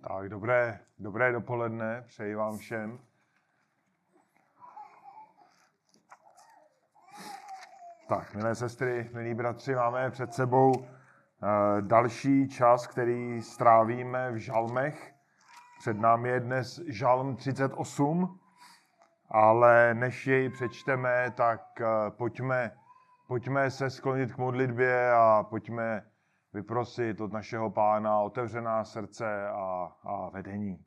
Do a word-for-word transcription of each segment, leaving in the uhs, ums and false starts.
Tak, dobré, dobré dopoledne, přeji vám všem. Tak, milé sestry, milí bratři, máme před sebou uh, další čas, který strávíme v žalmech. Před námi je dnes žalm třicet osm, ale než jej přečteme, tak uh, pojďme, pojďme se sklonit k modlitbě a pojďme vyprosit od našeho Pána otevřená srdce a, a vedení.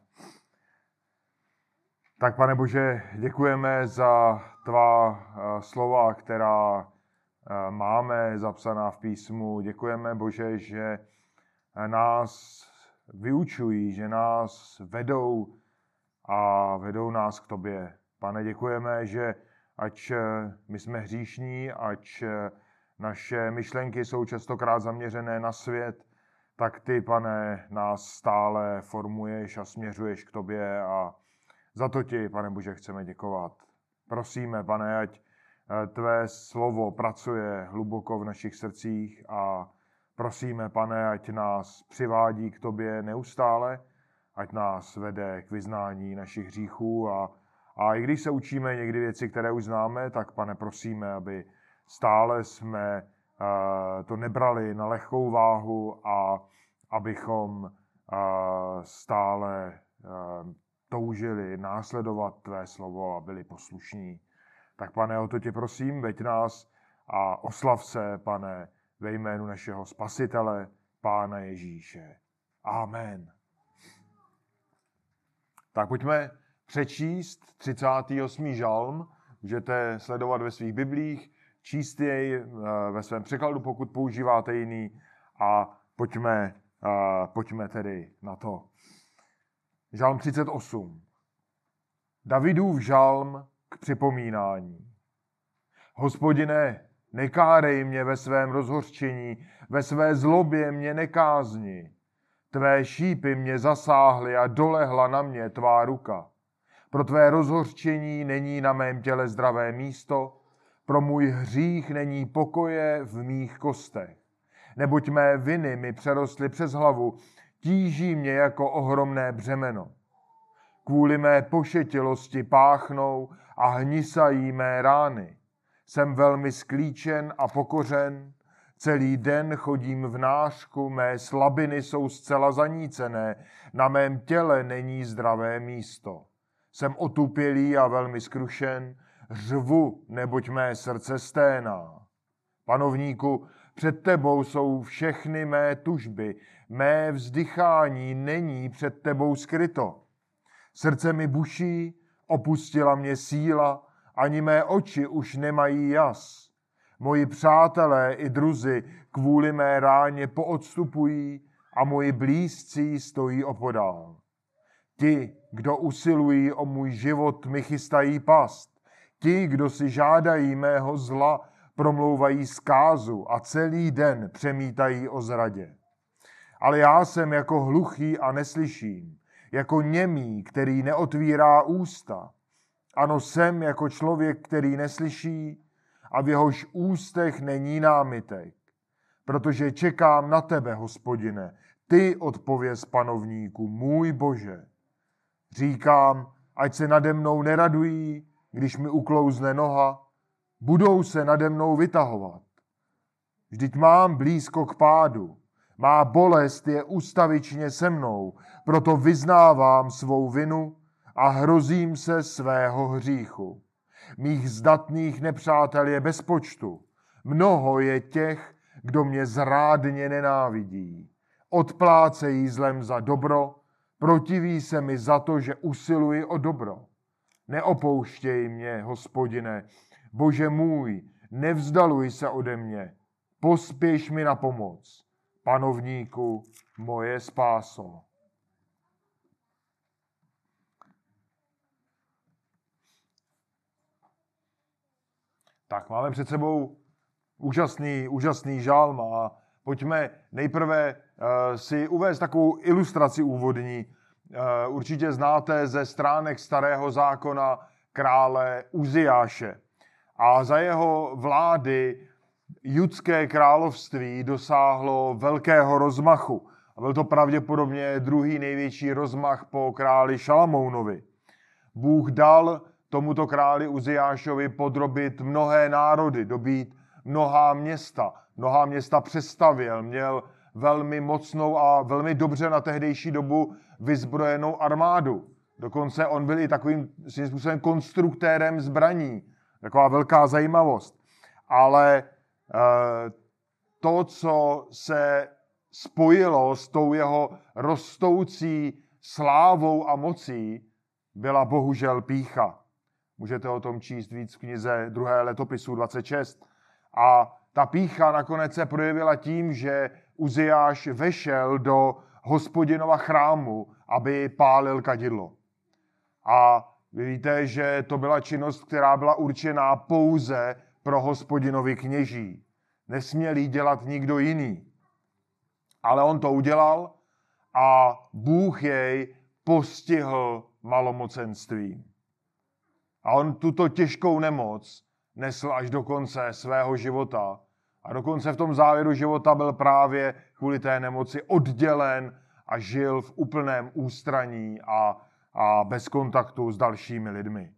Tak, Pane Bože, děkujeme za tvá slova, která máme zapsaná v písmu. Děkujeme, Bože, že nás vyučují, že nás vedou a vedou nás k tobě. Pane, děkujeme, že ať my jsme hříšní, ať naše myšlenky jsou častokrát zaměřené na svět, tak ty, Pane, nás stále formuješ a směřuješ k tobě a za to ti, Pane Bože, chceme děkovat. Prosíme, Pane, ať tvé slovo pracuje hluboko v našich srdcích a prosíme, Pane, ať nás přivádí k tobě neustále, ať nás vede k vyznání našich hříchů a, a i když se učíme někdy věci, které už známe, tak, Pane, prosíme, aby stále jsme uh, to nebrali na lehkou váhu a abychom uh, stále uh, toužili následovat tvé slovo a byli poslušní. Tak, Pane, o to tě prosím, veď nás a oslav se, Pane, ve jménu našeho Spasitele, Pána Ježíše. Amen. Tak pojďme přečíst třicátý osmý žalm. Můžete sledovat ve svých biblích, číst jej ve svém překladu, pokud používáte jiný, a pojďme, pojďme tedy na to. Žalm třicet osm. Davidův žalm k připomínání. Hospodine, nekárej mě ve svém rozhořčení, ve své zlobě mě nekázni. Tvé šípy mě zasáhly a dolehla na mě tvá ruka. Pro tvé rozhořčení není na mém těle zdravé místo, pro můj hřích není pokoje v mých kostech. Neboť mé viny mi přerostly přes hlavu, tíží mě jako ohromné břemeno. Kvůli mé pošetilosti páchnou a hnisají mé rány. Jsem velmi sklíčen a pokořen, celý den chodím v nářku, mé slabiny jsou zcela zanícené, na mém těle není zdravé místo. Jsem otupělý a velmi skrušen, řvu, neboť mé srdce sténá. Panovníku, před tebou jsou všechny mé tužby, mé vzdychání není před tebou skryto. Srdce mi buší, opustila mě síla, ani mé oči už nemají jas. Moji přátelé i druzi kvůli mé ráně poodstupují a moji blízcí stojí opodál. Ti, kdo usilují o můj život, mi chystají past. Ti, kdo si žádají mého zla, promlouvají zkázu a celý den přemítají o zradě. Ale já jsem jako hluchý a neslyším, jako němý, který neotvírá ústa. Ano, jsem jako člověk, který neslyší a v jehož ústech není námitek. Protože čekám na tebe, Hospodine, ty odpověz panovníku, můj Bože. Říkám, ať se nade mnou neradují, když mi uklouzne noha, budou se nade mnou vytahovat. Vždyť mám blízko k pádu, má bolest je ustavičně se mnou, proto vyznávám svou vinu a hrozím se svého hříchu. Mých zdatných nepřátel je bez počtu, mnoho je těch, kdo mě zrádně nenávidí. Odplácejí zlem za dobro, protiví se mi za to, že usiluji o dobro. Neopouštěj mě, Hospodine, Bože můj, nevzdaluj se ode mě, pospěš mi na pomoc. Panovníku, moje spáso. Tak, máme před sebou úžasný, úžasný žalm a pojďme nejprve uh, si uvést takovou ilustraci úvodní. Uh, určitě znáte ze stránek Starého zákona krále Uziáše. A za jeho vlády Judské království dosáhlo velkého rozmachu A byl to pravděpodobně druhý největší rozmach po králi Šalamounovi. Bůh dal tomuto králi Uziášovi podrobit mnohé národy, dobít mnohá města. Mnohá města přestavěl, měl velmi mocnou a velmi dobře na tehdejší dobu vyzbrojenou armádu. Dokonce on byl i takovým svým způsobem konstruktérem zbraní. Taková velká zajímavost. Ale eh, to, co se spojilo s tou jeho rostoucí slávou a mocí, byla bohužel pýcha. Můžete o tom číst víc v knize druhé letopisu dvacet šest. A ta pýcha nakonec se projevila tím, že Uziáš vešel do Hospodinova chrámu, aby pálil kadidlo. A vy víte, že to byla činnost, která byla určená pouze pro Hospodinovi kněží. Nesměl jí dělat nikdo jiný. Ale on to udělal a Bůh jej postihl malomocenstvím. A on tuto těžkou nemoc nesl až do konce svého života. A dokonce v tom závěru života byl právě kvůli té nemoci oddělen a žil v úplném ústraní a, a bez kontaktu s dalšími lidmi.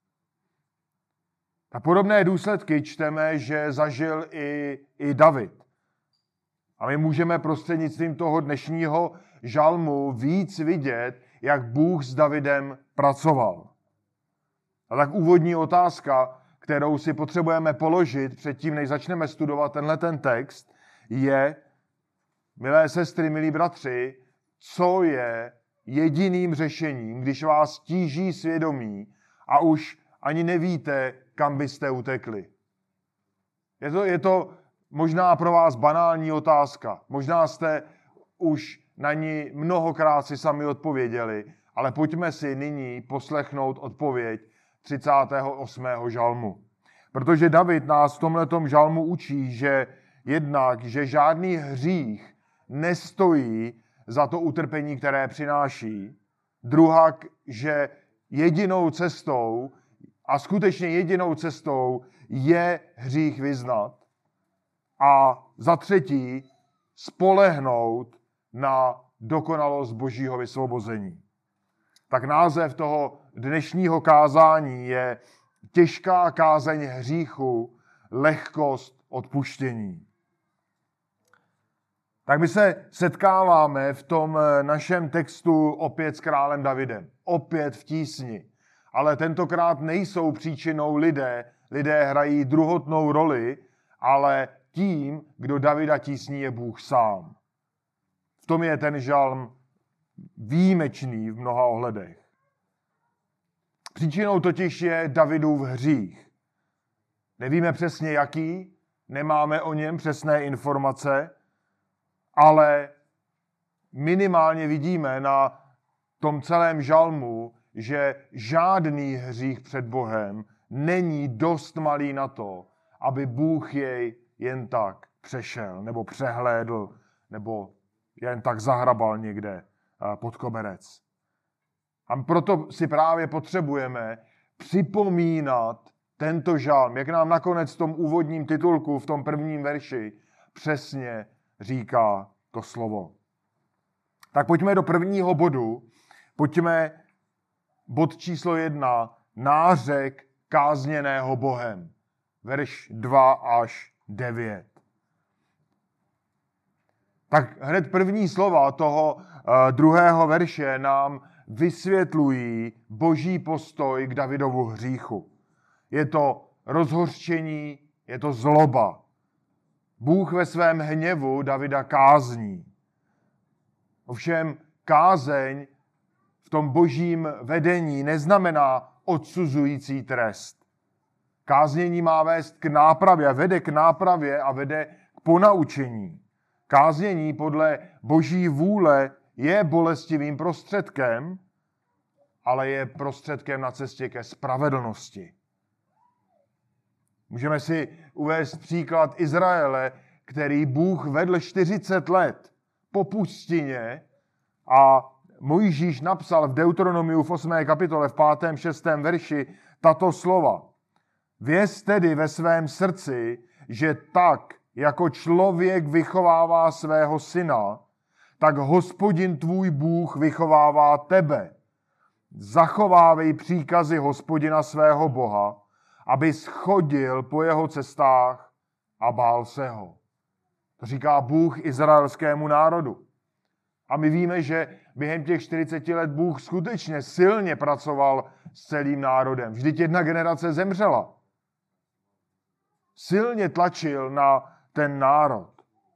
A podobné důsledky čteme, že zažil i, i David. A my můžeme prostřednictvím toho dnešního žalmu víc vidět, jak Bůh s Davidem pracoval. A tak úvodní otázka, kterou si potřebujeme položit předtím, než začneme studovat tenhle ten text, je, milé sestry, milí bratři, co je jediným řešením, když vás tíží svědomí a už ani nevíte, kam byste utekli. Je to, je to možná pro vás banální otázka. Možná jste už na ní mnohokrát si sami odpověděli, ale pojďme si nyní poslechnout odpověď třicátého osmého žalmu. Protože David nás v tomhletom žalmu učí, že jednak, že žádný hřích nestojí za to utrpení, které přináší. Druhak, že jedinou cestou a skutečně jedinou cestou je hřích vyznat. A za třetí, spolehnout na dokonalost Božího vysvobození. Tak název toho dnešního kázání je Těžká kázeň hříchu, lehkost odpuštění. Tak my se setkáváme v tom našem textu opět s králem Davidem. Opět v tísni. Ale tentokrát nejsou příčinou lidé. Lidé hrají druhotnou roli, ale tím, kdo Davida tísní, je Bůh sám. V tom je ten žalm výjimečný v mnoha ohledech. Příčinou totiž je Davidův hřích. Nevíme přesně jaký, nemáme o něm přesné informace, ale minimálně vidíme na tom celém žalmu, že žádný hřích před Bohem není dost malý na to, aby Bůh jej jen tak přešel, nebo přehlédl, nebo jen tak zahrabal někde pod koberec. A proto si právě potřebujeme připomínat tento žalm, jak nám nakonec v tom úvodním titulku, v tom prvním verši, přesně říká to slovo. Tak pojďme do prvního bodu. Pojďme bod číslo jedna, nářek kázněného Bohem. Verš dva až devět. Tak hned první slova toho uh, druhého verše nám vysvětlují Boží postoj k Davidovu hříchu. Je to rozhořčení, je to zloba. Bůh ve svém hněvu Davida kázní. Ovšem kázeň v tom božím vedení neznamená odsuzující trest. Káznění má vést k nápravě, vede k nápravě a vede k ponaučení. Káznění podle boží vůle je bolestivým prostředkem, ale je prostředkem na cestě ke spravedlnosti. Můžeme si uvést příklad Izraele, který Bůh vedl čtyřicet let po pustině a Mojžíš napsal v Deuteronomiu v osmé kapitole v pátém šestém verši tato slova. Věz tedy ve svém srdci, že tak, jako člověk vychovává svého syna, tak Hospodin tvůj Bůh vychovává tebe. Zachovávej příkazy Hospodina svého Boha, abys chodil po jeho cestách a bál se ho. To říká Bůh izraelskému národu. A my víme, že během těch čtyřiceti let Bůh skutečně silně pracoval s celým národem. Vždyť jedna generace zemřela. Silně tlačil na ten národ.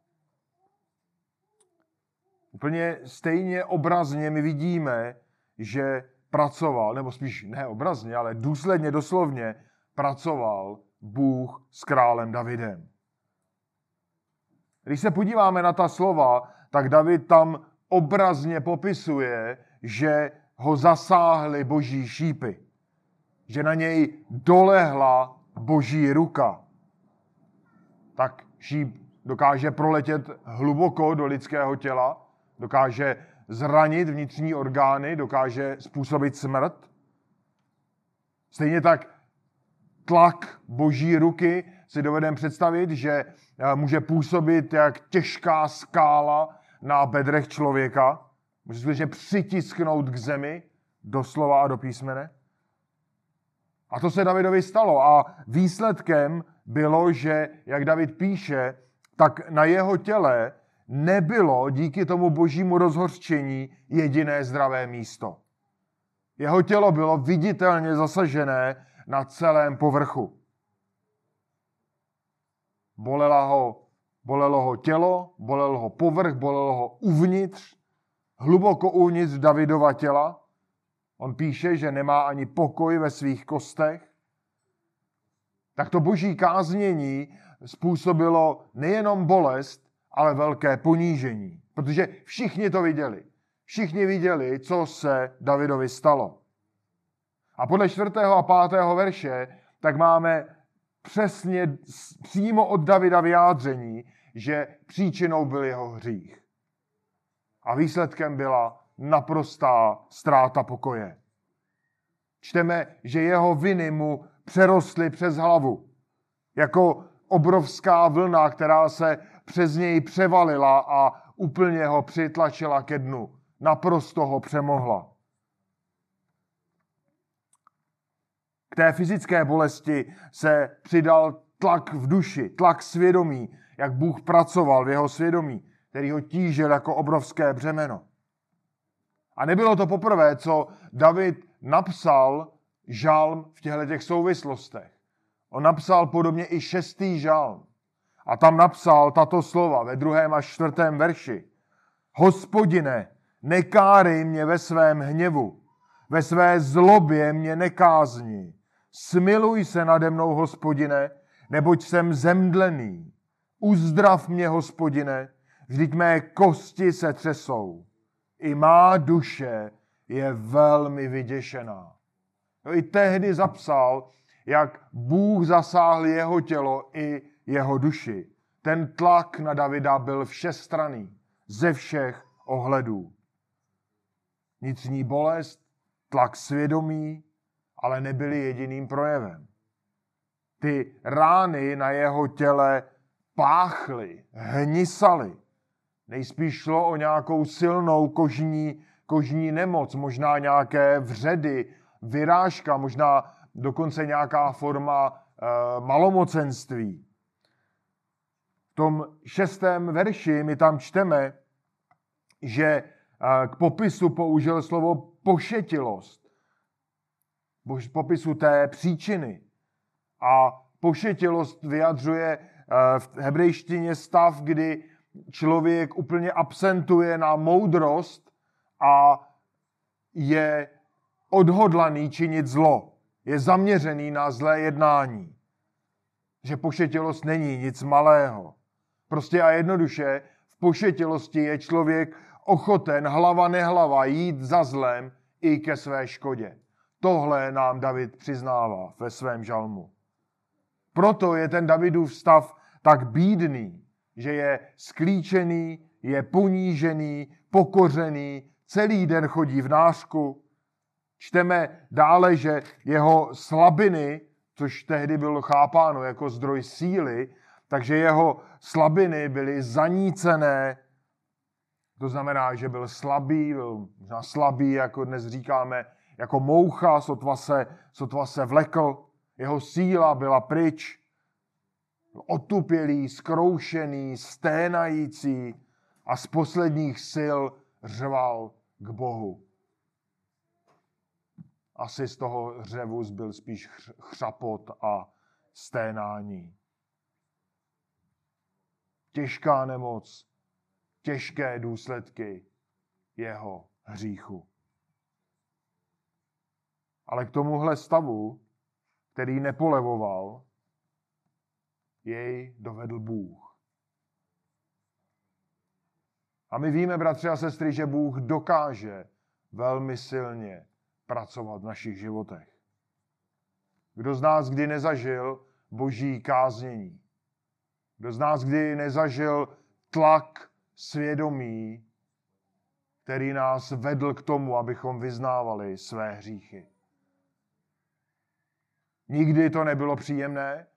Úplně stejně obrazně my vidíme, že pracoval, nebo spíš ne obrazně, ale důsledně, doslovně pracoval Bůh s králem Davidem. Když se podíváme na ta slova, tak David tam obrazně popisuje, že ho zasáhly boží šípy. Že na něj dolehla boží ruka. Tak šíp dokáže proletět hluboko do lidského těla, dokáže zranit vnitřní orgány, dokáže způsobit smrt. Stejně tak tlak boží ruky si dovedeme představit, že může působit jak těžká skála na bedrech člověka. Může skutečně přitisknout k zemi, doslova a do písmene. A to se Davidovi stalo. A výsledkem bylo, že, jak David píše, tak na jeho těle nebylo díky tomu božímu rozhořčení jediné zdravé místo. Jeho tělo bylo viditelně zasažené na celém povrchu. Bolela ho, bolelo ho tělo, bolelo ho povrch, bolelo ho uvnitř, hluboko uvnitř Davidova těla. On píše, že nemá ani pokoj ve svých kostech. Tak to boží káznění způsobilo nejenom bolest, ale velké ponížení. Protože všichni to viděli. Všichni viděli, co se Davidovi stalo. A podle čtvrtého a pátého verše tak máme přesně přímo od Davida vyjádření, že příčinou byl jeho hřích. A výsledkem byla naprostá ztráta pokoje. Čteme, že jeho viny mu přerostly přes hlavu. Jako obrovská vlna, která se přes něj převalila a úplně ho přitlačila ke dnu. Naprosto ho přemohla. K té fyzické bolesti se přidal tlak v duši, tlak svědomí, jak Bůh pracoval v jeho svědomí, který ho tížil jako obrovské břemeno. A nebylo to poprvé, co David napsal žalm v těchto souvislostech. On napsal podobně i šestý žalm. A tam napsal tato slova ve druhém a čtvrtém verši. Hospodine, nekárej mě ve svém hněvu, ve své zlobě mě nekázni. Smiluj se nade mnou, Hospodine, neboť jsem zemdlený. Uzdrav mě, Hospodine, vždyť mé kosti se třesou. I má duše je velmi vyděšená. No, i tehdy zapsal, jak Bůh zasáhl jeho tělo i jeho duši. Ten tlak na Davida byl všestranný, ze všech ohledů. Vnitřní bolest, tlak svědomí, ale nebyly jediným projevem. Ty rány na jeho těle páchly, hnisaly. Nejspíš šlo o nějakou silnou kožní, kožní nemoc, možná nějaké vředy, vyrážka, možná dokonce nějaká forma e, malomocenství. V tom šestém verši my tam čteme, že e, k popisu použil slovo pošetilost. K popisu té příčiny. A pošetilost vyjadřuje e, v hebrejštině stav, kdy člověk úplně absentuje na moudrost a je odhodlaný činit zlo. Je zaměřený na zlé jednání. Že pošetilost není nic malého. Prostě a jednoduše v pošetilosti je člověk ochoten hlava nehlava jít za zlem i ke své škodě. Tohle nám David přiznává ve svém žalmu. Proto je ten Davidův stav tak bídný, že je sklíčený, je ponížený, pokořený, celý den chodí v nářku. Čteme dále, že jeho slabiny, což tehdy bylo chápáno jako zdroj síly, takže jeho slabiny byly zanícené, To znamená, že byl slabý, byl možná slabý, jako dnes říkáme, jako moucha, sotva se, sotva se vlekl. Jeho síla byla pryč. Otupělý, zkroušený, sténající a z posledních sil řval k Bohu. Asi z toho řevu zbyl spíš chřapot a sténání. Těžká nemoc, těžké důsledky jeho hříchu. Ale k tomuhle stavu, který nepolevoval, jej dovedl Bůh. A my víme, bratři a sestry, že Bůh dokáže velmi silně pracovat v našich životech. Kdo z nás kdy nezažil boží káznění? Kdo z nás kdy nezažil tlak svědomí, který nás vedl k tomu, abychom vyznávali své hříchy? Nikdy to nebylo příjemné,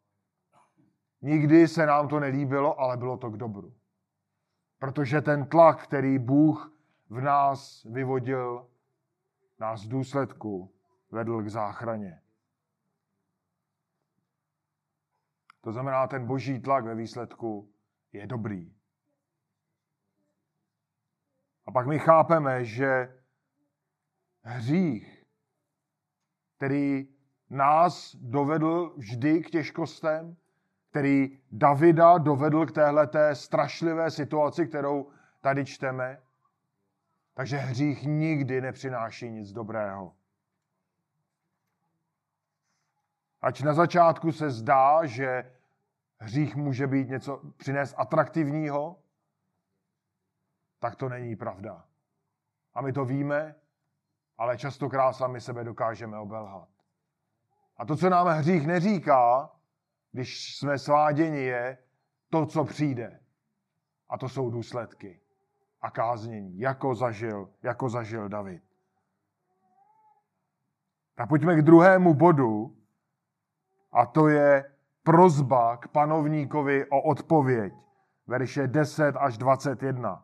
nikdy se nám to nelíbilo, ale bylo to k dobru. Protože ten tlak, který Bůh v nás vyvodil, nás v důsledku vedl k záchraně. To znamená, ten boží tlak ve výsledku je dobrý. A pak my chápeme, že hřích, který nás dovedl vždy k těžkostem, který Davida dovedl k téhleté strašlivé situaci, kterou tady čteme, takže hřích nikdy nepřináší nic dobrého. Ač na začátku se zdá, že hřích může být něco přinést atraktivního, tak to není pravda. A my to víme, ale častokrát sami sebe dokážeme obelhat. A to, co nám hřích neříká, když jsme sváděni, je to, co přijde. A to jsou důsledky a káznění, jako zažil, jako zažil David. Tak pojďme k druhému bodu, a to je prosba k panovníkovi o odpověď. Verše deset až dvacet jedna.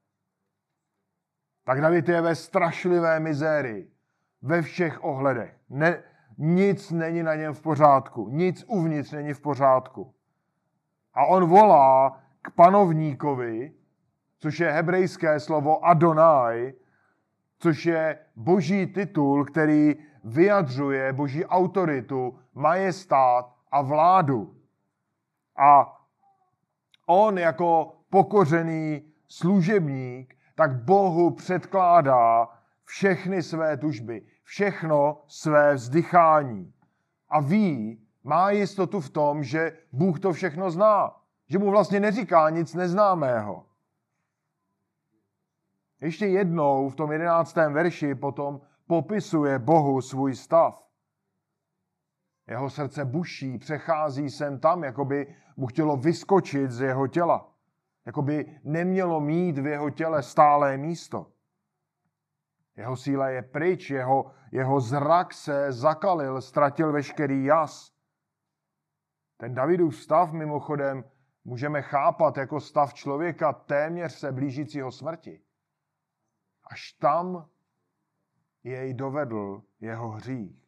Tak David je ve strašlivé mizérii, ve všech ohledech. Ne, nic není na něm v pořádku, nic uvnitř není v pořádku. A on volá k panovníkovi, což je hebrejské slovo Adonai, což je boží titul, který vyjadřuje boží autoritu, majestát a vládu. A on jako pokořený služebník tak Bohu předkládá všechny své tužby, všechno své vzdychání. A ví, má jistotu v tom, že Bůh to všechno zná. Že mu vlastně neříká nic neznámého. Ještě jednou v tom jedenáctém verši potom popisuje Bohu svůj stav. Jeho srdce buší, přechází sem tam, jako by mu chtělo vyskočit z jeho těla. Jako by nemělo mít v jeho těle stálé místo. Jeho síla je pryč, jeho, jeho zrak se zakalil, ztratil veškerý jas. Ten Davidův stav mimochodem můžeme chápat jako stav člověka téměř se blížícího smrti. Až tam jej dovedl jeho hřích.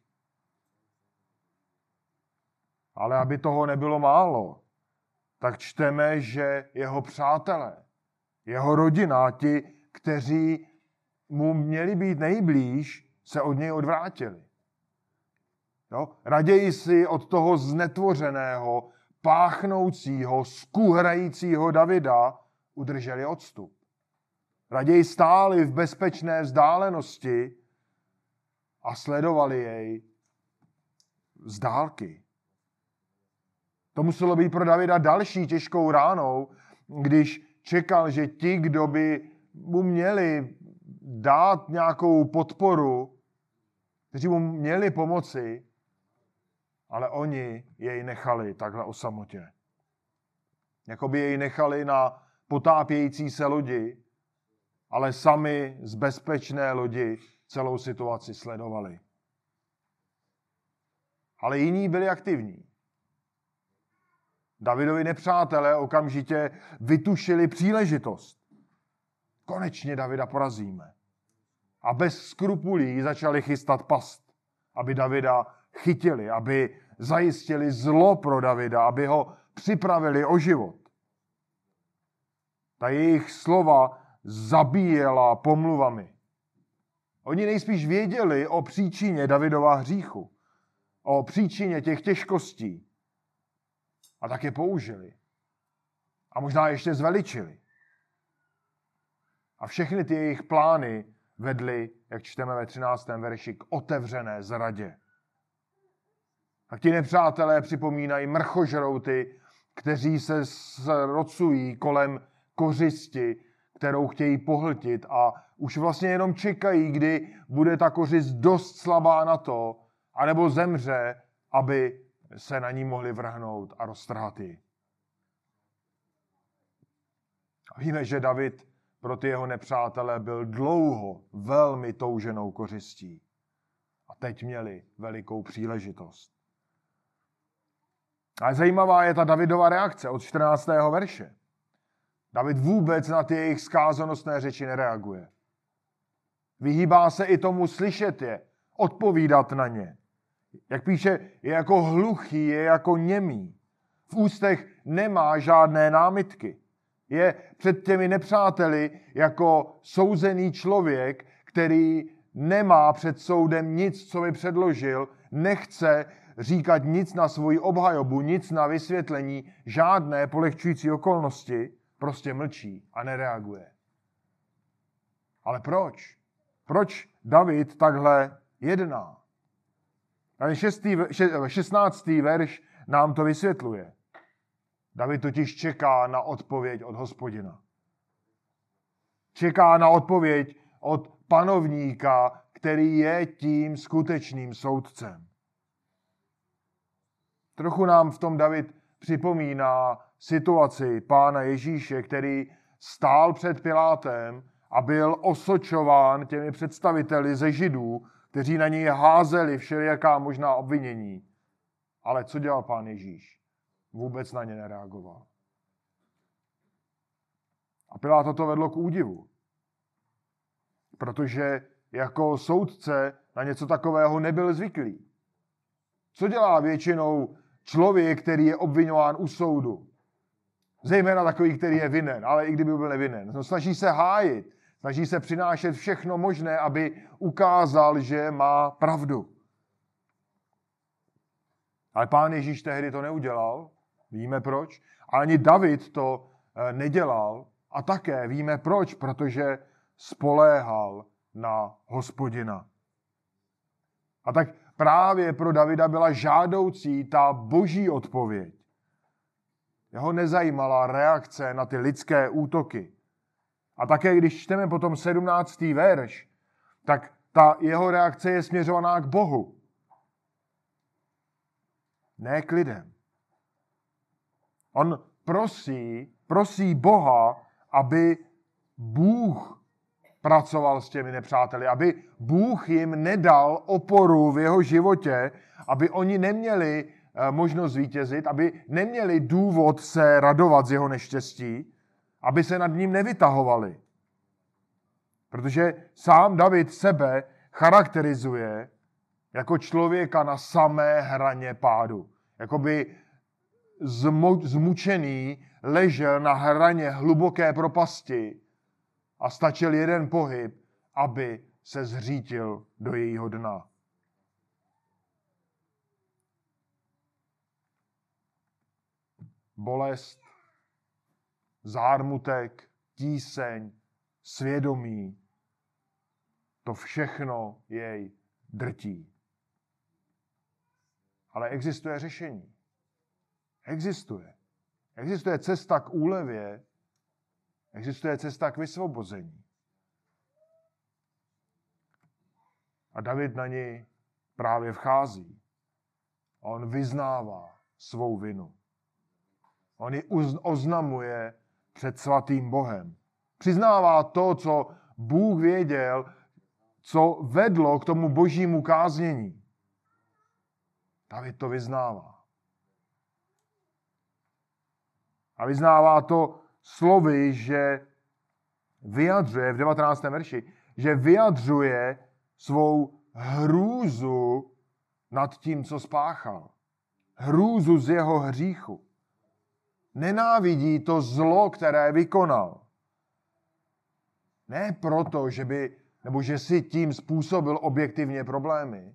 Ale aby toho nebylo málo, tak čteme, že jeho přátelé, jeho rodina, ti, kteří mu měli být nejblíž, se od něj odvrátili. Jo? Raději si od toho znetvořeného, páchnoucího, skuhrajícího Davida udrželi odstup. Raději stáli v bezpečné vzdálenosti a sledovali jej z dálky. To muselo být pro Davida další těžkou ránou, když čekal, že ti, kdo by mu měli dát nějakou podporu, kteří mu měli pomoci, ale oni jej nechali takhle o samotě. Jakoby jej nechali na potápějící se lodi, ale sami z bezpečné lodi celou situaci sledovali. Ale jiní byli aktivní. Davidovi nepřátelé okamžitě vytušili příležitost. Konečně Davida porazíme. A bez skrupulí začali chystat past, aby Davida chytili, aby zajistili zlo pro Davida, aby ho připravili o život. Ta jejich slova zabíjela pomluvami. Oni nejspíš věděli o příčině Davidova hříchu, o příčině těch těžkostí. A tak je použili. A možná ještě zveličili. A všechny ty jejich plány vedly, jak čteme ve třináctém verši, k otevřené zradě. A ti nepřátelé připomínají mrchožrouty, kteří se rocují kolem kořisti, kterou chtějí pohltit a už vlastně jenom čekají, kdy bude ta kořist dost slabá na to, anebo zemře, aby se na ní mohli vrhnout a roztrhat ji. A víme, že David pro ty jeho nepřátelé byl dlouho velmi touženou kořistí. A teď měli velikou příležitost. Ale zajímavá je ta Davidova reakce od čtrnáctého verše. David vůbec na ty jejich zkázanostné řeči nereaguje. Vyhýbá se i tomu slyšet je, odpovídat na ně. Jak píše, je jako hluchý, je jako němý. V ústech nemá žádné námitky. Je před těmi nepřáteli jako souzený člověk, který nemá před soudem nic, co by předložil, nechce říkat nic na svoji obhajobu, nic na vysvětlení, žádné polehčující okolnosti, prostě mlčí a nereaguje. Ale proč? Proč David takhle jedná? Ten šestý, šestnáctý verš nám to vysvětluje. David totiž čeká na odpověď od Hospodina. Čeká na odpověď od panovníka, který je tím skutečným soudcem. Trochu nám v tom David připomíná situaci Pána Ježíše, který stál před Pilátem a byl osočován těmi představiteli ze Židů, kteří na něj házeli všelijaká možná obvinění. Ale co dělal Pán Ježíš? Vůbec na ně nereagoval. A Piláta to vedlo k údivu. Protože jako soudce na něco takového nebyl zvyklý. Co dělá většinou člověk, který je obviňován u soudu? Zejména takový, který je vinen, ale i kdyby byl nevinen. No, snaží se hájit, snaží se přinášet všechno možné, aby ukázal, že má pravdu. Ale Pán Ježíš tehdy to neudělal. Víme proč. A ani David to nedělal. A také víme proč, protože spoléhal na Hospodina. A tak právě pro Davida byla žádoucí ta boží odpověď. Jeho nezajímala reakce na ty lidské útoky. A také, když čteme potom sedmnáctý verš, tak ta jeho reakce je směřovaná k Bohu. Ne k lidem. On prosí, prosí Boha, aby Bůh pracoval s těmi nepřáteli, aby Bůh jim nedal oporu v jeho životě, aby oni neměli možnost zvítězit, aby neměli důvod se radovat z jeho neštěstí, aby se nad ním nevytahovali. Protože sám David sebe charakterizuje jako člověka na samé hraně pádu. Jakoby zmučený ležel na hraně hluboké propasti a stačil jeden pohyb, aby se zřítil do jejího dna. Bolest, zármutek, tíseň, svědomí, to všechno jej drtí. Ale existuje řešení. Existuje. Existuje cesta k úlevě, existuje cesta k vysvobození. A David na ní právě vchází. On vyznává svou vinu. On ji oznamuje před svatým Bohem. Přiznává to, co Bůh věděl, co vedlo k tomu božímu káznění. David to vyznává. A vyznává to slovy, že vyjadřuje v devatenáctém verši, že vyjadřuje svou hrůzu nad tím, co spáchal. Hrůzu z jeho hříchu. Nenávidí to zlo, které vykonal. Ne proto, že by, nebo že si tím způsobil objektivně problémy,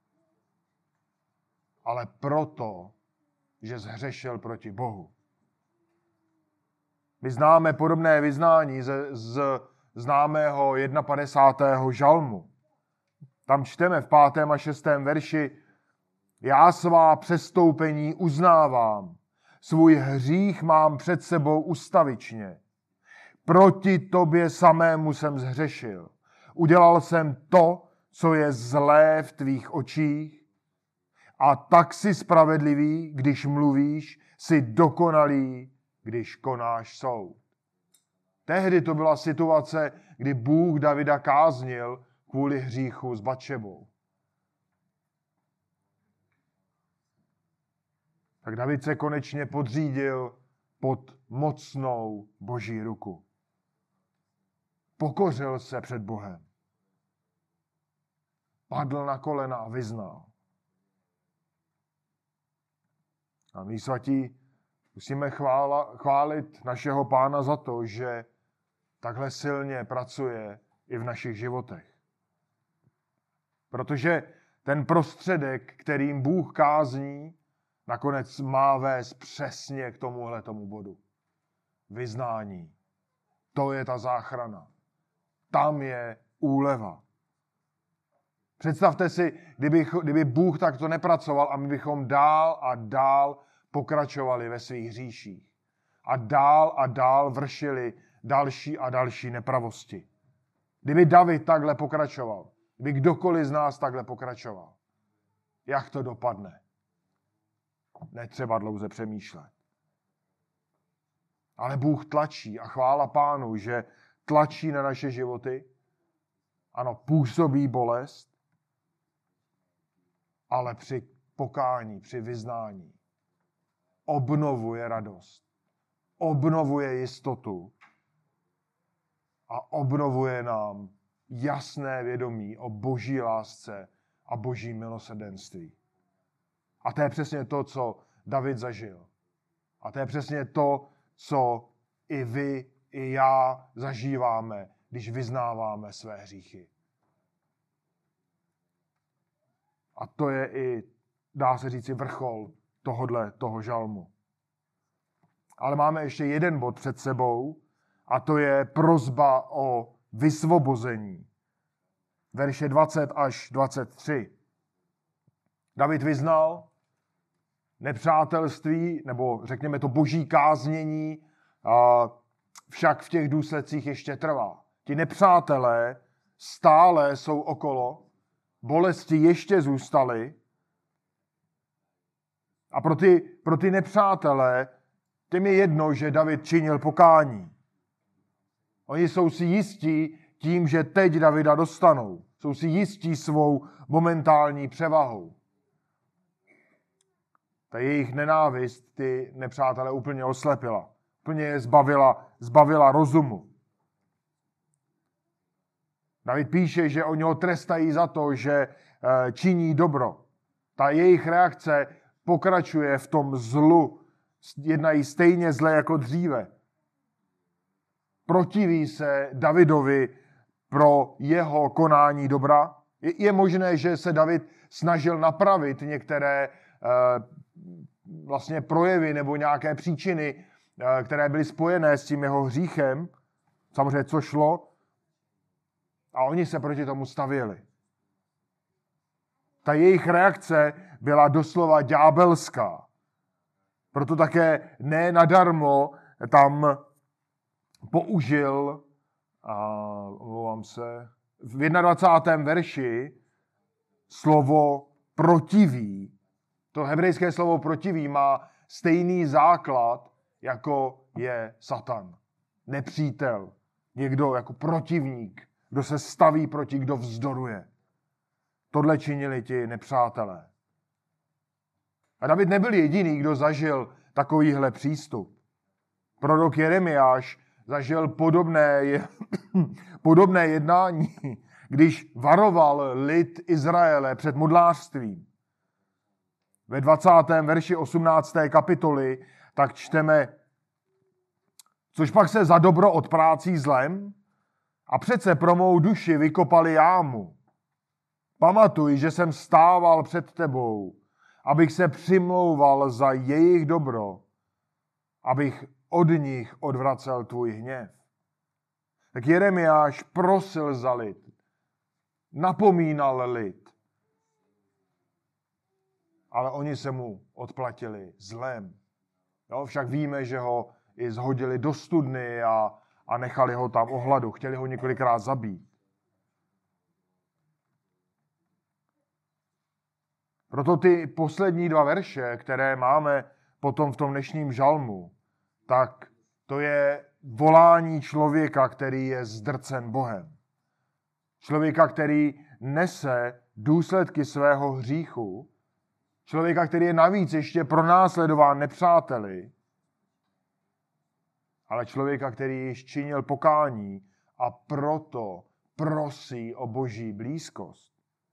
ale proto, že zhřešil proti Bohu. My známe podobné vyznání z, z známého padesátého prvního žalmu. Tam čteme v pátém a šestém verši: Já svá přestoupení uznávám, svůj hřích mám před sebou ustavičně. Proti tobě samému jsem zhřešil. Udělal jsem to, co je zlé v tvých očích, a tak jsi spravedlivý, když mluvíš, jsi dokonalý, když konáš soud. Tehdy to byla situace, kdy Bůh Davida káznil kvůli hříchu s Batšebou. Tak David se konečně podřídil pod mocnou Boží ruku. Pokořil se před Bohem. Padl na kolena a vyznal. A my svatí musíme chvála, chválit našeho Pána za to, že takhle silně pracuje i v našich životech. Protože ten prostředek, kterým Bůh kázní, nakonec má vést přesně k tomuhle tomu bodu. Vyznání. To je ta záchrana. Tam je úleva. Představte si, kdyby, kdyby Bůh takto nepracoval a my bychom dál a dál pokračovali ve svých hříších. A dál a dál vršili další a další nepravosti. Kdyby David takhle pokračoval, kdyby kdokoliv z nás takhle pokračoval, jak to dopadne? Netřeba dlouze přemýšlet. Ale Bůh tlačí a chvála Pánu, že tlačí na naše životy. Ano, působí bolest, ale při pokání, při vyznání obnovuje radost, obnovuje jistotu a obnovuje nám jasné vědomí o Boží lásce a Boží milosrdenství. A to je přesně to, co David zažil. A to je přesně to, co i vy, i já zažíváme, když vyznáváme své hříchy. A to je i, dá se říci, vrchol tohodle, toho žalmu. Ale máme ještě jeden bod před sebou, a to je prosba o vysvobození. Verše dvacet až dvacet tři. David vyznal nepřátelství, nebo řekněme to boží káznění, však v těch důsledcích ještě trvá. Ti nepřátelé stále jsou okolo, bolesti ještě zůstaly, a pro ty, pro ty nepřátelé těm je jedno, že David činil pokání. Oni jsou si jistí tím, že teď Davida dostanou. Jsou si jistí svou momentální převahou. Ta jejich nenávist ty nepřátelé úplně oslepila. Úplně je zbavila, zbavila rozumu. David píše, že oni ho trestají za to, že činí dobro. Ta jejich reakce pokračuje v tom zlu. Jednají stejně zle jako dříve. Protiví se Davidovi pro jeho konání dobra. Je, je možné, že se David snažil napravit některé eh, vlastně projevy nebo nějaké příčiny, eh, které byly spojené s tím jeho hříchem. Samozřejmě, co šlo. A oni se proti tomu stavěli. Ta jejich reakce byla doslova ďábelská. Proto také ne nadarmo tam použil, a omlouvám se, v dvacátém prvním verši slovo protivý. To hebrejské slovo protivý má stejný základ, jako je Satan. Nepřítel. Někdo jako protivník. Kdo se staví proti, kdo vzdoruje. Tohle činili ti nepřátelé. A David nebyl jediný, kdo zažil takovýhle přístup. Prorok Jeremiáš zažil podobné Podobné jednání, když varoval lid Izraele před modlářstvím. Ve dvacátém verši osmnácté kapitoly tak čteme: což pak se za dobro odprácí zlem a přece pro mou duši vykopali jámu. Pamatuj, že jsem stával před tebou, abych se přimlouval za jejich dobro, abych od nich odvracel tvůj hněv. Tak Jeremiáš prosil za lid, napomínal lid, ale oni se mu odplatili zlem. Jo, však víme, že ho i zhodili do studny a, a nechali ho tam ohladu. Chtěli ho několikrát zabít. Proto ty poslední dva verše, které máme potom v tom dnešním žalmu, tak to je volání člověka, který je zdrcen Bohem. Člověka, který nese důsledky svého hříchu. Člověka, který je navíc ještě pronásledován nepřáteli. Ale člověka, který již činil pokání a proto prosí o Boží blízkost.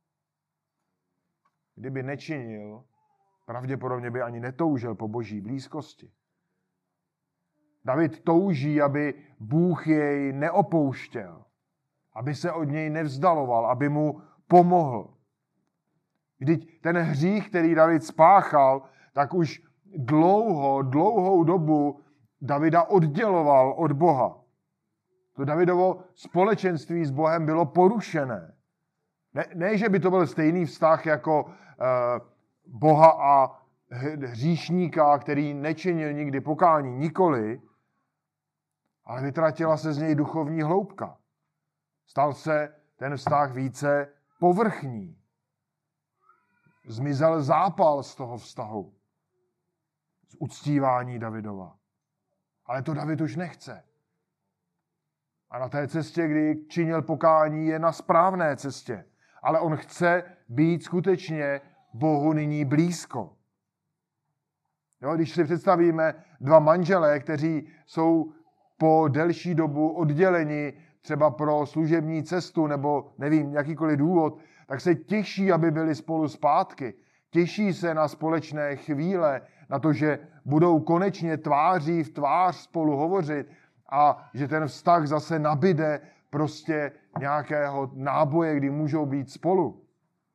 Kdyby nečinil, pravděpodobně by ani netoužil po Boží blízkosti. David touží, aby Bůh jej neopouštěl, aby se od něj nevzdaloval, aby mu pomohl. Vždyť ten hřích, který David spáchal, tak už dlouho, dlouhou dobu Davida odděloval od Boha. To Davidovo společenství s Bohem bylo porušené. Ne, ne že by to byl stejný vztah jako eh, Boha a hříšníka, který nečinil nikdy pokání, nikoli, ale vytratila se z něj duchovní hloubka. Stal se ten vztah více povrchní. Zmizel zápal z toho vztahu, z uctívání Davidova. Ale to David už nechce. A na té cestě, kdy činil pokání, je na správné cestě. Ale on chce být skutečně Bohu nyní blízko. Jo, když si představíme dva manželé, kteří jsou po delší dobu odděleni třeba pro služební cestu nebo nevím, jakýkoliv důvod, tak se těší, aby byli spolu zpátky. Těší se na společné chvíle, na to, že budou konečně tváří v tvář spolu hovořit a že ten vztah zase nabide prostě nějakého náboje, kdy můžou být spolu.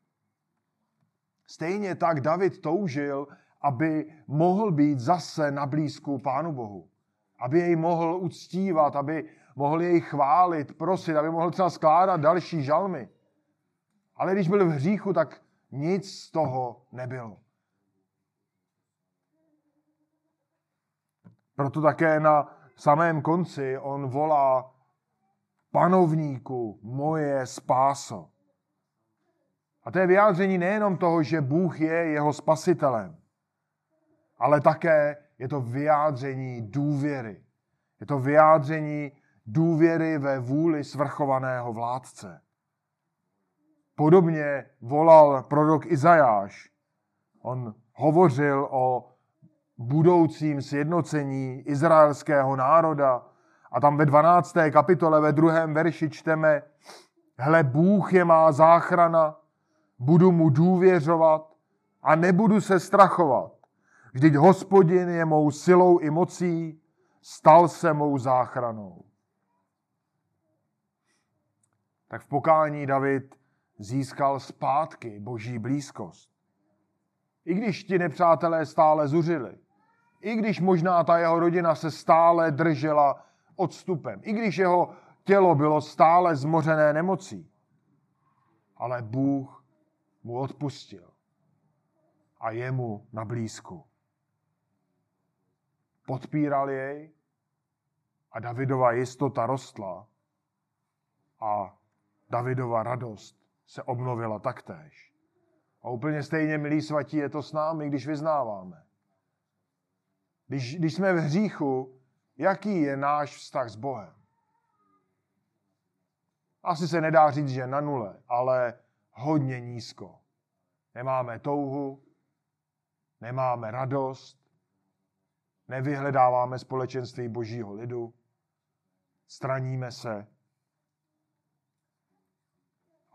Stejně tak David toužil, aby mohl být zase na blízku Pánu Bohu. Aby jej mohl uctívat, aby mohl jej chválit, prosit, aby mohl třeba skládat další žalmy. Ale když byl v hříchu, tak nic z toho nebylo. Proto také na samém konci on volá: Panovníku, moje spáso. A to je vyjádření nejenom toho, že Bůh je jeho spasitelem, ale také je to vyjádření důvěry. Je to vyjádření důvěry ve vůli svrchovaného vládce. Podobně volal prorok Izajáš. On hovořil o budoucím sjednocení izraelského národa a tam ve dvanácté kapitole ve druhém verši čteme: Hle, Bůh je má záchrana, budu mu důvěřovat a nebudu se strachovat. Vždyť Hospodin je mou silou i mocí, stal se mou záchranou. Tak v pokání David získal zpátky Boží blízkost. I když ti nepřátelé stále zuřili, i když možná ta jeho rodina se stále držela odstupem, i když jeho tělo bylo stále zmořené nemocí, ale Bůh mu odpustil a je mu na blízku. Podpíral jej a Davidova jistota rostla a Davidova radost se obnovila taktéž. A úplně stejně, milí svatí, je to s námi, když vyznáváme. Když, když jsme v hříchu, jaký je náš vztah s Bohem? Asi se nedá říct, že na nule, ale hodně nízko. Nemáme touhu, nemáme radost, nevyhledáváme společenství Božího lidu, straníme se,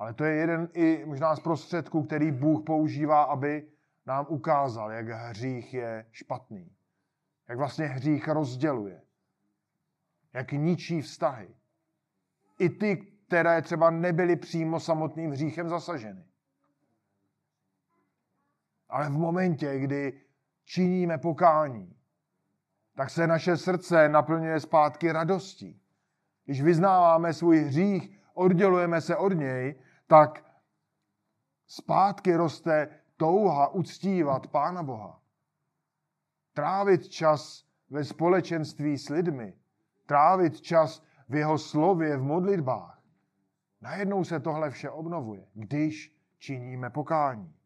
Ale to je jeden i možná z prostředků, který Bůh používá, aby nám ukázal, jak hřích je špatný. Jak vlastně hřích rozděluje. Jak ničí vztahy. I ty, které třeba nebyly přímo samotným hříchem zasaženy. Ale v momentě, kdy činíme pokání, tak se naše srdce naplňuje zpátky radostí. Když vyznáváme svůj hřích, oddělujeme se od něj, tak zpátky roste touha uctívat Pána Boha. Trávit čas ve společenství s lidmi, trávit čas v jeho slově, v modlitbách. Najednou se tohle vše obnovuje, když činíme pokání.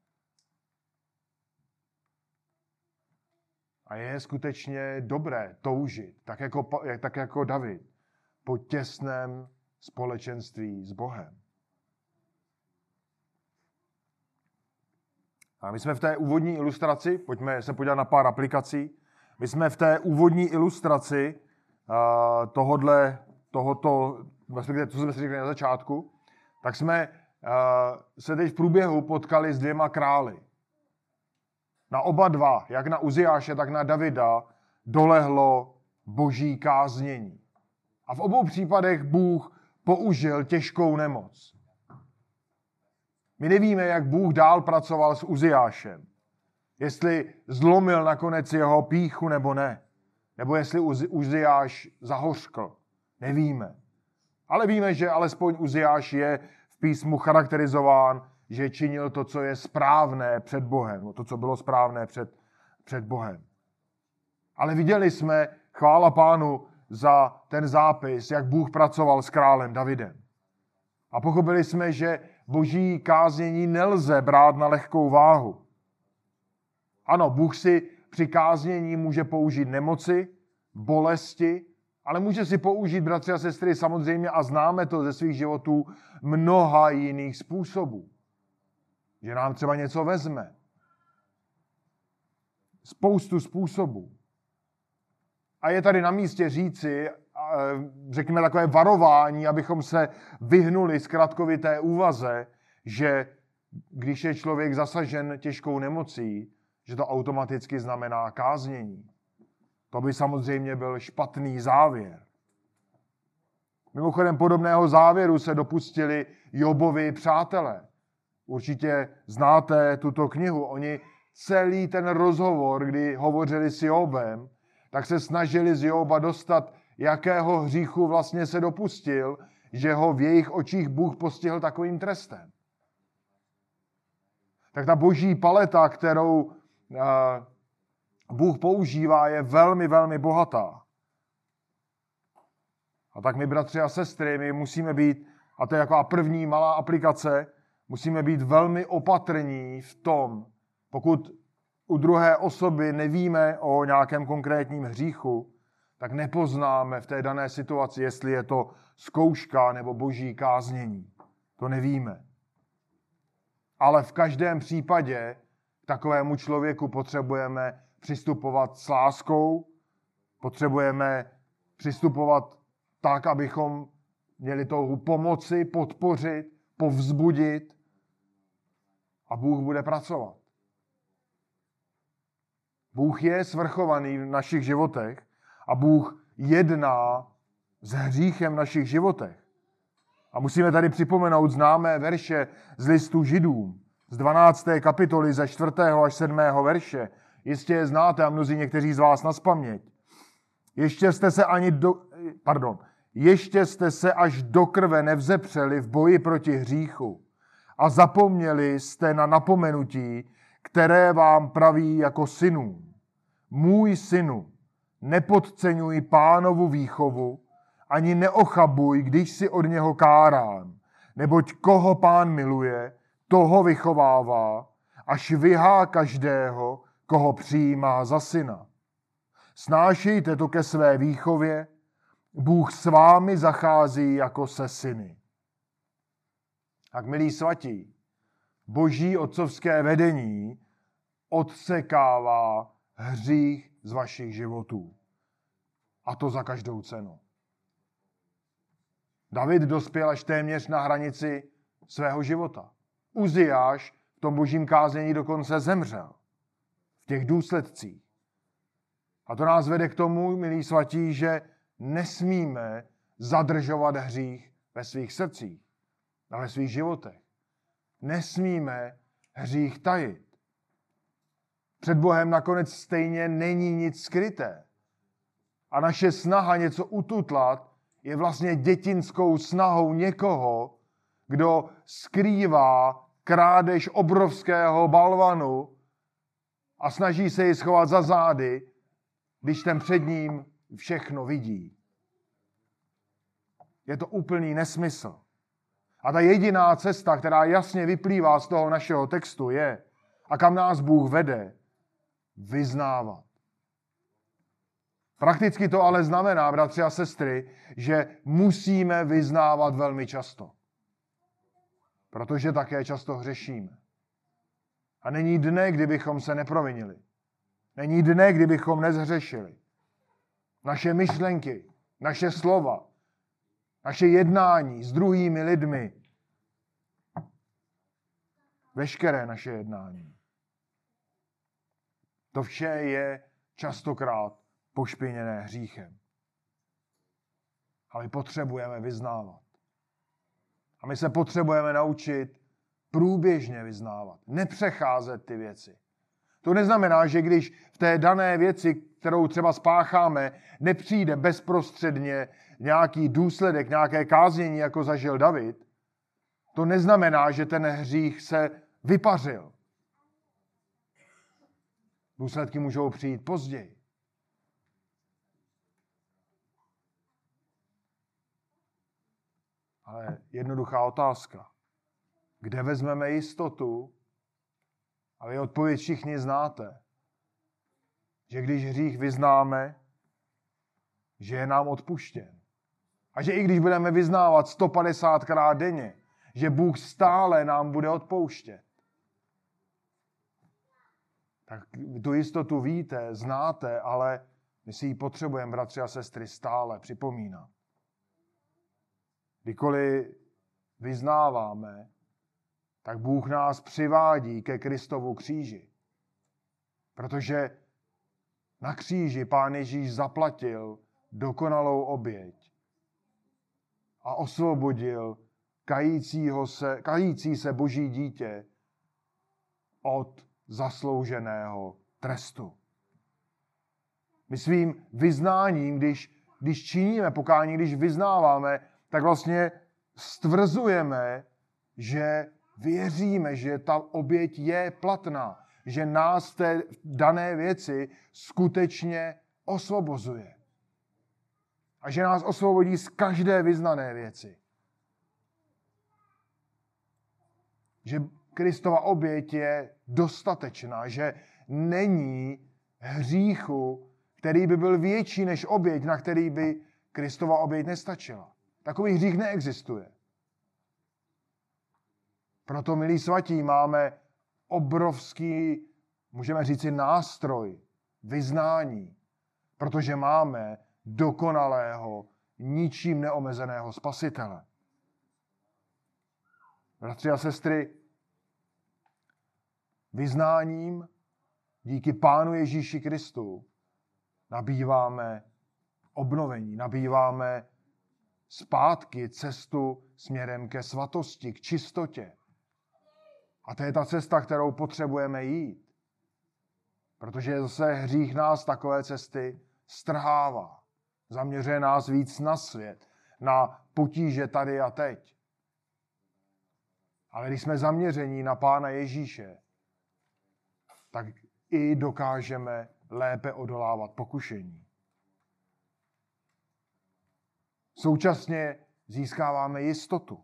A je skutečně dobré toužit, tak jako, tak jako David, po těsném společenství s Bohem. A my jsme v té úvodní ilustraci, pojďme se podívat na pár aplikací, my jsme v té úvodní ilustraci uh, tohodle, tohoto, co jsme si řekli na začátku, tak jsme uh, se teď v průběhu potkali s dvěma králi. Na oba dva, jak na Uziáše, tak na Davida, dolehlo boží káznění. A v obou případech Bůh použil těžkou nemoc. My nevíme, jak Bůh dál pracoval s Uziášem. Jestli zlomil nakonec jeho pýchu nebo ne. Nebo jestli Uziáš zahořkl. Nevíme. Ale víme, že alespoň Uziáš je v písmu charakterizován, že činil to, co je správné před Bohem. To, co bylo správné před, před Bohem. Ale viděli jsme, chvála Pánu, za ten zápis, jak Bůh pracoval s králem Davidem. A pochopili jsme, že boží káznění nelze brát na lehkou váhu. Ano, Bůh si při káznění může použít nemoci, bolesti, ale může si použít, bratři a sestry, samozřejmě, a známe to ze svých životů, mnoha jiných způsobů. Že nám třeba něco vezme. Spoustu způsobů. A je tady na místě říci, řekněme takové varování, abychom se vyhnuli zkratkovité úvaze, že když je člověk zasažen těžkou nemocí, že to automaticky znamená káznění. To by samozřejmě byl špatný závěr. Mimochodem podobného závěru se dopustili Jobovi přátelé. Určitě znáte tuto knihu. Oni celý ten rozhovor, kdy hovořili s Jobem, tak se snažili z Joba dostat, jakého hříchu vlastně se dopustil, že ho v jejich očích Bůh postihl takovým trestem. Tak ta boží paleta, kterou uh, Bůh používá, je velmi, velmi bohatá. A tak my, bratři a sestry, my musíme být, a to je taková první malá aplikace, musíme být velmi opatrní v tom, pokud u druhé osoby nevíme o nějakém konkrétním hříchu, tak nepoznáme v té dané situaci, jestli je to zkouška nebo boží káznění. To nevíme. Ale v každém případě k takovému člověku potřebujeme přistupovat s láskou, potřebujeme přistupovat tak, abychom měli touhu pomoci, podpořit, povzbudit a Bůh bude pracovat. Bůh je svrchovaný v našich životech a Bůh jedná s hříchem v našich životech. A musíme tady připomenout známé verše z listu Židům, z dvanácté kapitoly ze čtvrtého až sedmého verše. Jistě je znáte a mnozí někteří z vás nazpaměť. Ještě jste se ani do, pardon, ještě jste se až do krve nevzepřeli v boji proti hříchu a zapomněli jste na napomenutí, které vám praví jako synům. Můj synu, nepodceňuj Pánovu výchovu, ani neochabuj, když si od něho kárán, neboť koho Pán miluje, toho vychovává, až vyhá každého, koho přijímá za syna. Snášejte to ke své výchově, Bůh s vámi zachází jako se syny. Tak, milí svatí, boží otcovské vedení odsekává hřích z vašich životů. A to za každou cenu. David dospěl až téměř na hranici svého života. Uziáš v tom božím káznění dokonce zemřel. V těch důsledcích. A to nás vede k tomu, milí svatí, že nesmíme zadržovat hřích ve svých srdcích a ve svých životech. Nesmíme hřích tajit. Před Bohem nakonec stejně není nic skryté. A naše snaha něco ututlat je vlastně dětinskou snahou někoho, kdo skrývá krádež obrovského balvanu a snaží se ji schovat za zády, když ten před ním všechno vidí. Je to úplný nesmysl. A ta jediná cesta, která jasně vyplývá z toho našeho textu, je, a kam nás Bůh vede, vyznávat. Prakticky to ale znamená, bratři a sestry, že musíme vyznávat velmi často. Protože také často hřešíme. A není dne, kdybychom se neprovinili. Není dne, kdybychom nezhřešili. Naše myšlenky, naše slova, naše jednání s druhými lidmi, veškeré naše jednání. To vše je častokrát pošpiněné hříchem. A my potřebujeme vyznávat. A my se potřebujeme naučit průběžně vyznávat. Nepřecházet ty věci. To neznamená, že když v té dané věci, kterou třeba spácháme, nepřijde bezprostředně nějaký důsledek, nějaké káznění, jako zažil David, to neznamená, že ten hřích se vypařil. Důsledky můžou přijít později. Ale jednoduchá otázka. Kde vezmeme jistotu, a vy odpověď všichni znáte, že když hřích vyznáme, že je nám odpuštěn. A že i když budeme vyznávat sto padesátkrát denně, že Bůh stále nám bude odpouštět. Tak tu jistotu víte, znáte, ale my si ji potřebujeme, bratři a sestry, stále připomínat. Kdykoliv vyznáváme, tak Bůh nás přivádí ke Kristovu kříži. Protože na kříži Pán Ježíš zaplatil dokonalou oběť a osvobodil kajícího se, kající se Boží dítě od zaslouženého trestu. My svým vyznáním, když, když činíme pokání, když vyznáváme, tak vlastně stvrzujeme, že věříme, že ta oběť je platná, že nás té dané věci skutečně osvobozuje. A že nás osvobodí z každé vyznané věci. Že Kristova oběť je dostatečná, že není hříchu, který by byl větší než oběť, na který by Kristova oběť nestačila. Takový hřích neexistuje. Proto, milí svatí, máme obrovský, můžeme říci, nástroj vyznání, protože máme dokonalého, ničím neomezeného Spasitele. Bratři a sestry, vyznáním díky Pánu Ježíši Kristu nabýváme obnovení, nabýváme zpátky cestu směrem ke svatosti, k čistotě. A to je ta cesta, kterou potřebujeme jít. Protože zase hřích nás takové cesty strhává. Zaměřuje nás víc na svět, na potíže tady a teď. Ale když jsme zaměření na Pána Ježíše, tak i dokážeme lépe odolávat pokušení. Současně získáváme jistotu.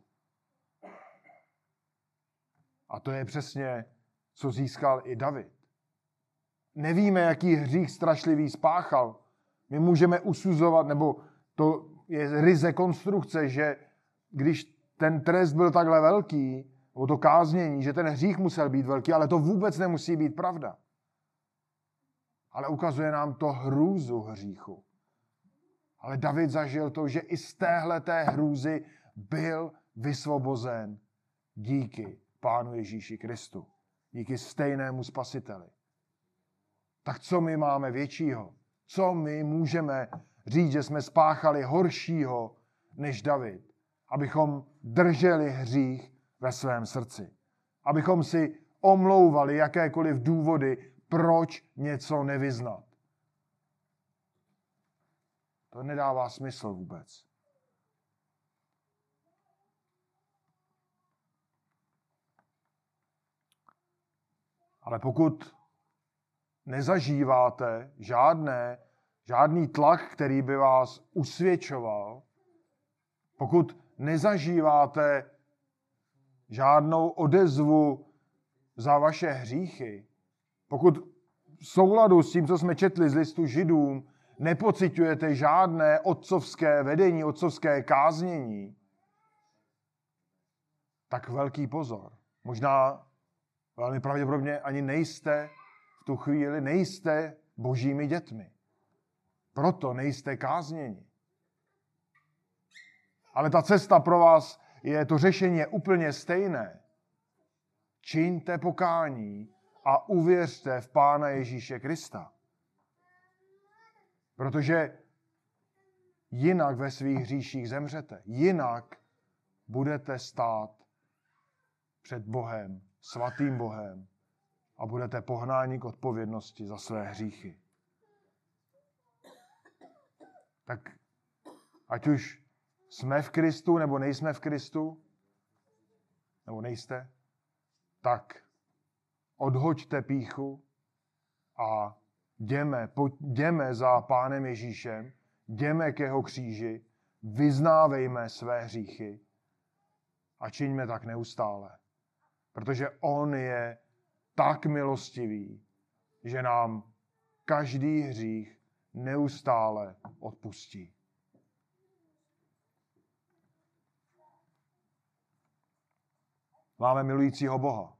A to je přesně, co získal i David. Nevíme, jaký hřích strašlivý spáchal. My můžeme usuzovat, nebo to je ryze konstrukce, že když ten trest byl takhle velký, nebo to káznění, že ten hřích musel být velký, ale to vůbec nemusí být pravda. Ale ukazuje nám to hrůzu hříchu. Ale David zažil to, že i z téhleté hrůzy byl vysvobozen díky Pánu Ježíši Kristu. Díky stejnému Spasiteli. Tak co my máme většího? Co my můžeme říct, že jsme spáchali horšího než David? Abychom drželi hřích ve svém srdci. Abychom si omlouvali jakékoliv důvody, proč něco nevyznat. To nedává smysl vůbec. Ale pokud nezažíváte žádné, žádný tlak, který by vás usvědčoval, pokud nezažíváte žádnou odezvu za vaše hříchy, pokud v souladu s tím, co jsme četli z listu Židům, nepociťujete žádné otcovské vedení, otcovské káznění, tak velký pozor. Možná velmi pravděpodobně ani nejste v tu chvíli, nejste božími dětmi. Proto nejste kázněni. Ale ta cesta pro vás je, to řešení je úplně stejné. Čiňte pokání a uvěřte v Pána Ježíše Krista. Protože jinak ve svých hříších zemřete. Jinak budete stát před Bohem, svatým Bohem a budete pohnáni k odpovědnosti za své hříchy. Tak ať už jsme v Kristu, nebo nejsme v Kristu, nebo nejste, tak odhoďte pýchu a jdeme, jdeme za Pánem Ježíšem, jdeme k jeho kříži, vyznávejme své hříchy a čiňme tak neustále. Protože on je tak milostivý, že nám každý hřích neustále odpustí. Máme milujícího Boha,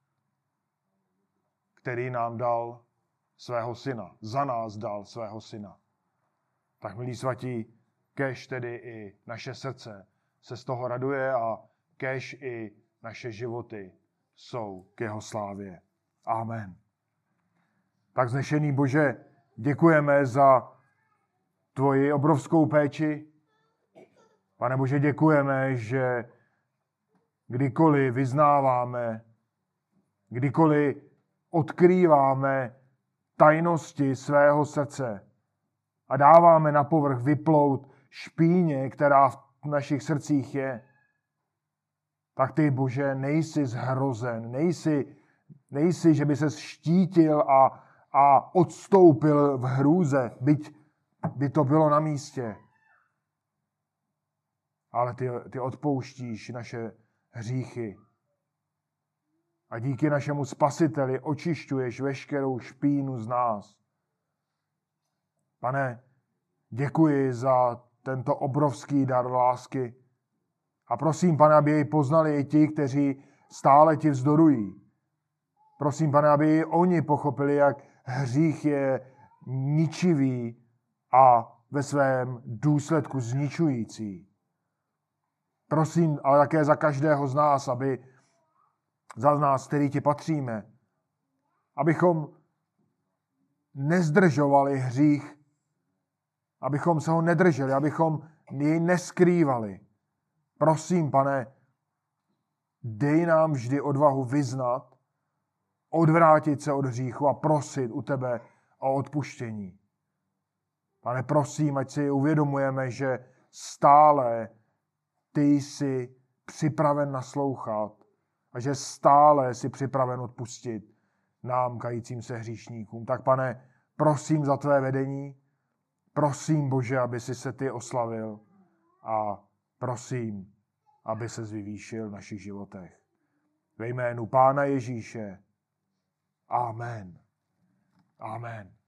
který nám dal svého syna. Za nás dal svého syna. Tak, milí svatí, kéž tedy i naše srdce se z toho raduje a kéž i naše životy jsou k jeho slávě. Amen. Tak vznešený Bože, děkujeme za tvoji obrovskou péči. Pane Bože, děkujeme, že kdykoliv vyznáváme, kdykoliv odkrýváme tajnosti svého srdce a dáváme na povrch vyplout špíně, která v našich srdcích je, tak ty, Bože, nejsi zhrozen, nejsi, nejsi že by se štítil a, a odstoupil v hrůze, byť by to bylo na místě. Ale ty, ty odpouštíš naše hříchy. A díky našemu Spasiteli očišťuješ veškerou špínu z nás. Pane, děkuji za tento obrovský dar lásky. A prosím, Pane, aby jej poznali i ti, kteří stále ti vzdorují. Prosím, Pane, aby i oni pochopili, jak hřích je ničivý a ve svém důsledku zničující. Prosím, ale také za každého z nás, aby za nás, který ti patříme, abychom nezdržovali hřích, abychom se ho nedrželi, abychom jej neskrývali. Prosím, Pane, dej nám vždy odvahu vyznat, odvrátit se od hříchu a prosit u tebe o odpuštění. Pane, prosím, ať si uvědomujeme, že stále ty jsi připraven naslouchat a že stále jsi připraven odpustit nám, kajícím se hříšníkům. Tak, Pane, prosím za tvé vedení, prosím, Bože, aby si se ty oslavil a prosím, aby se vyvýšil v našich životech. Ve jménu Pána Ježíše. Amen. Amen.